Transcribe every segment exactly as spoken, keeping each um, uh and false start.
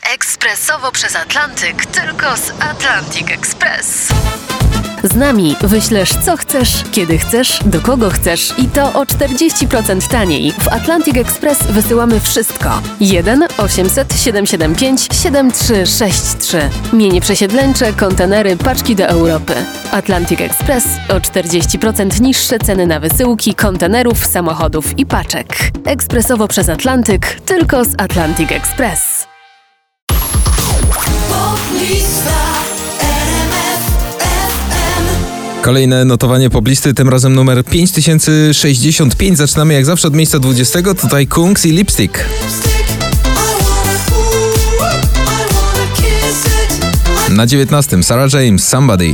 Ekspresowo przez Atlantyk, tylko z Atlantic Express. Z nami wyślesz co chcesz, kiedy chcesz, do kogo chcesz i to o czterdzieści procent taniej. W Atlantic Express wysyłamy wszystko. jeden osiemset siedemset siedemdziesiąt pięć siedemdziesiąt trzy sześćdziesiąt trzy. Mienie przesiedleńcze, kontenery, paczki do Europy. Atlantic Express o czterdzieści procent niższe ceny na wysyłki, kontenerów, samochodów i paczek. Ekspresowo przez Atlantyk, tylko z Atlantic Express. Kolejne notowanie poblisty, tym razem numer pięć tysięcy sześćdziesiąt pięć. Zaczynamy jak zawsze od miejsca dwudziestego. Tutaj Kungs i Lipstick. Na dziewiętnastym Sarah James, Somebody.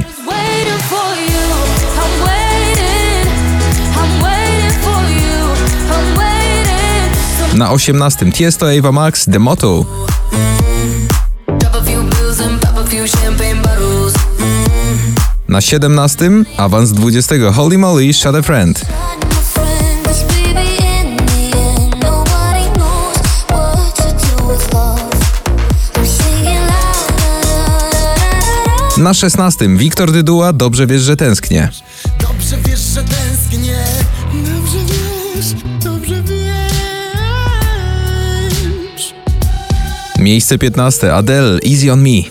Na osiemnastym Tiesto, Ava Max, The Motto. Na siedemnastym awans dwudziestego Holy Moly, Shut a Friend. Na szesnastym Wiktor Dyduła, Dobrze wiesz, że tęsknię. Dobrze wiesz, że tęsknię. Dobrze wiesz, dobrze wiesz. Miejsce piętnaste Adele, Easy on Me.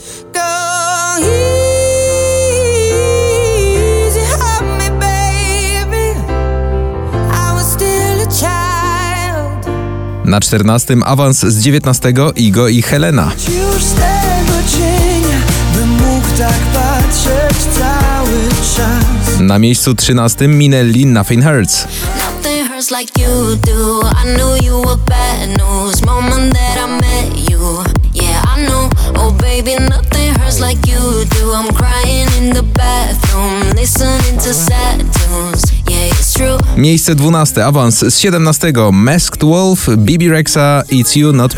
Na czternastym awans z dziewiętnastego Igo i Helena. Już z tego cienia bym mógł tak patrzeć cały czas. Na miejscu trzynastym Minelli, Nothing Hurts. Miejsce dwunaste awans z siedemnastego Masked Wolf, Bibi Rexa, It's You Not Me.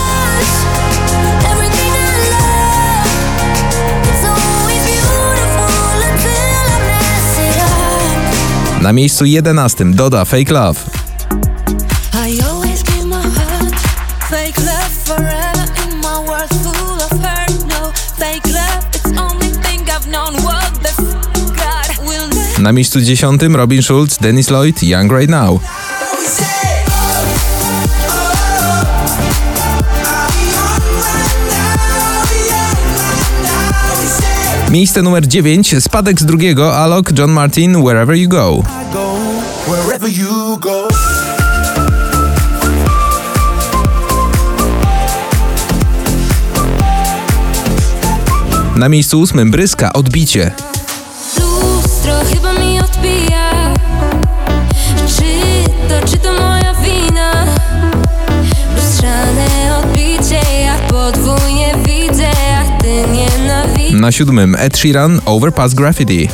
Na miejscu jedenastym Doda, Fake Love. Na miejscu dziesiątym Robin Schulz, Dennis Lloyd, Young Right Now. Miejsce numer dziewięć, spadek z drugiego, Alok, John Martin, Wherever You Go. Na miejscu ósmym Bryska, Odbicie. Lustro chyba mi odbija. Czy to, czy to moja wina? Lustrzane odbicie, jak podwójnie widzę, jak ty nienawidzisz. Na siódmym Ed Sheeran, Overpass Graffiti.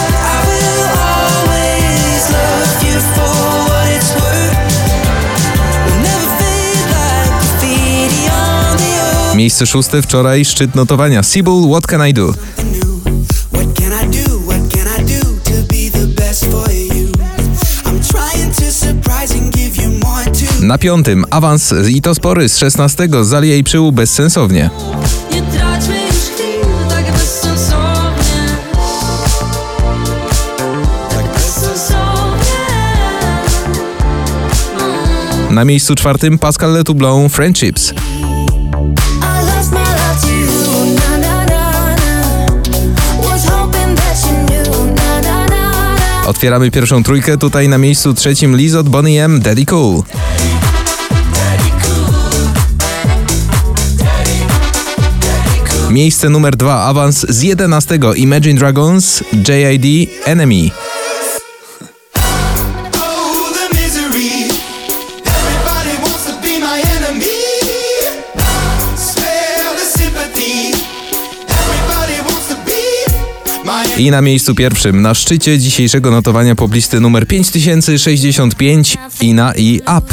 Miejsce szóste wczoraj, szczyt notowania, Sibul, What Can I Do. Na piątym awans i to spory z szesnastego Zali jej przyłu bezsensownie. Nie traćmy już chwil, tak bezsensownie. Tak bezsensownie. Mm. Na miejscu czwartym Pascal Letoublon, Friendships. Otwieramy pierwszą trójkę, tutaj na miejscu trzecim Lizot, Bonnie M, Daddy Cool. Miejsce numer dwa, awans z jedenastego Imagine Dragons, J I D, Enemy. I na miejscu pierwszym, na szczycie dzisiejszego notowania poblisty numer pięć tysięcy sześćdziesiąt pięć, Ina i Up.